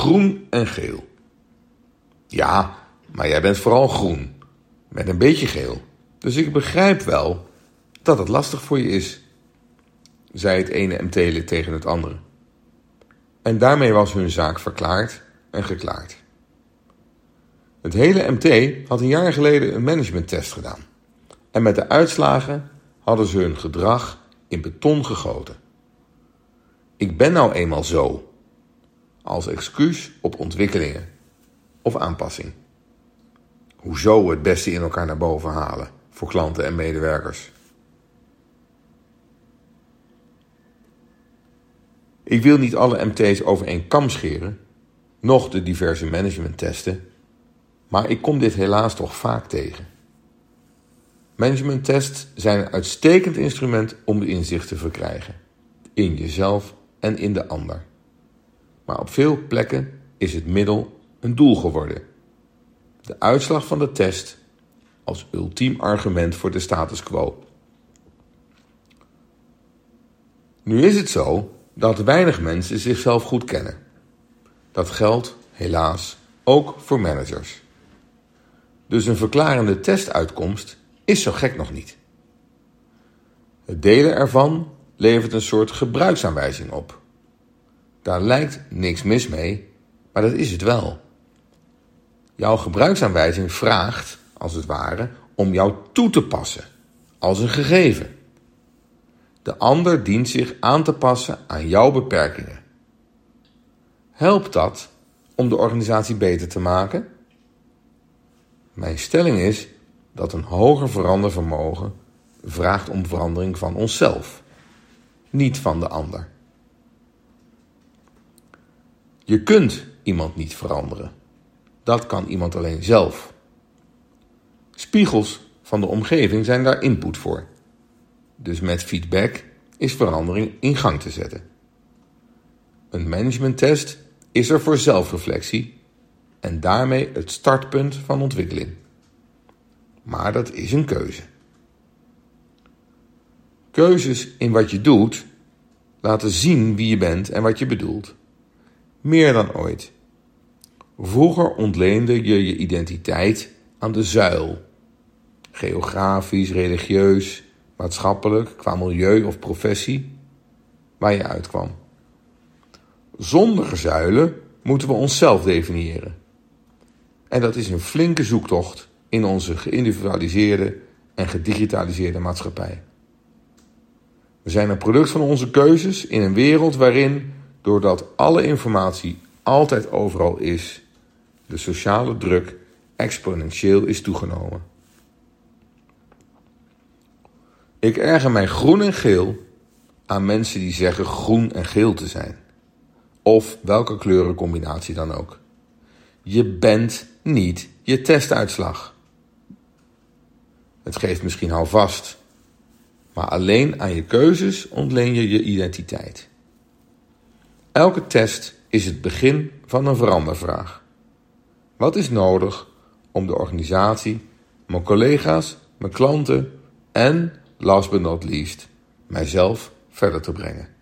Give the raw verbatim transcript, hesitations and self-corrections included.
groen en geel. Ja, maar jij bent vooral groen, met een beetje geel. Dus ik begrijp wel dat het lastig voor je is, zei het ene M T-lid tegen het andere. En daarmee was hun zaak verklaard en geklaard. Het hele M T had een jaar geleden een managementtest gedaan. En met de uitslagen hadden ze hun gedrag in beton gegoten. Ik ben nou eenmaal zo, als excuus op ontwikkelingen of aanpassing. Hoezo het beste in elkaar naar boven halen voor klanten en medewerkers? Ik wil niet alle M T's over één kam scheren, noch de diverse managementtesten, maar ik kom dit helaas toch vaak tegen. Managementtests zijn een uitstekend instrument om inzicht te verkrijgen, in jezelf en in de ander. Maar op veel plekken is het middel een doel geworden. De uitslag van de test als ultiem argument voor de status quo. Nu is het zo dat weinig mensen zichzelf goed kennen. Dat geldt helaas ook voor managers. Dus een verklarende testuitkomst is zo gek nog niet. Het delen ervan levert een soort gebruiksaanwijzing op. Daar lijkt niks mis mee, maar dat is het wel. Jouw gebruiksaanwijzing vraagt, als het ware, om jou toe te passen, als een gegeven. De ander dient zich aan te passen aan jouw beperkingen. Helpt dat om de organisatie beter te maken? Mijn stelling is dat een hoger verandervermogen vraagt om verandering van onszelf, niet van de ander. Je kunt iemand niet veranderen. Dat kan iemand alleen zelf. Spiegels van de omgeving zijn daar input voor. Dus met feedback is verandering in gang te zetten. Een managementtest is er voor zelfreflectie en daarmee het startpunt van ontwikkeling. Maar dat is een keuze. Keuzes in wat je doet laten zien wie je bent en wat je bedoelt. Meer dan ooit. Vroeger ontleende je je identiteit aan de zuil. Geografisch, religieus, maatschappelijk, qua milieu of professie, waar je uitkwam. Zonder zuilen moeten we onszelf definiëren. En dat is een flinke zoektocht in onze geïndividualiseerde en gedigitaliseerde maatschappij. We zijn een product van onze keuzes in een wereld waarin, doordat alle informatie altijd overal is, de sociale druk exponentieel is toegenomen. Ik erger mij groen en geel aan mensen die zeggen groen en geel te zijn. Of welke kleurencombinatie dan ook. Je bent niet je testuitslag. Het geeft misschien houvast, maar alleen aan je keuzes ontleen je je identiteit. Elke test is het begin van een verandervraag. Wat is nodig om de organisatie, mijn collega's, mijn klanten en, last but not least, mijzelf verder te brengen?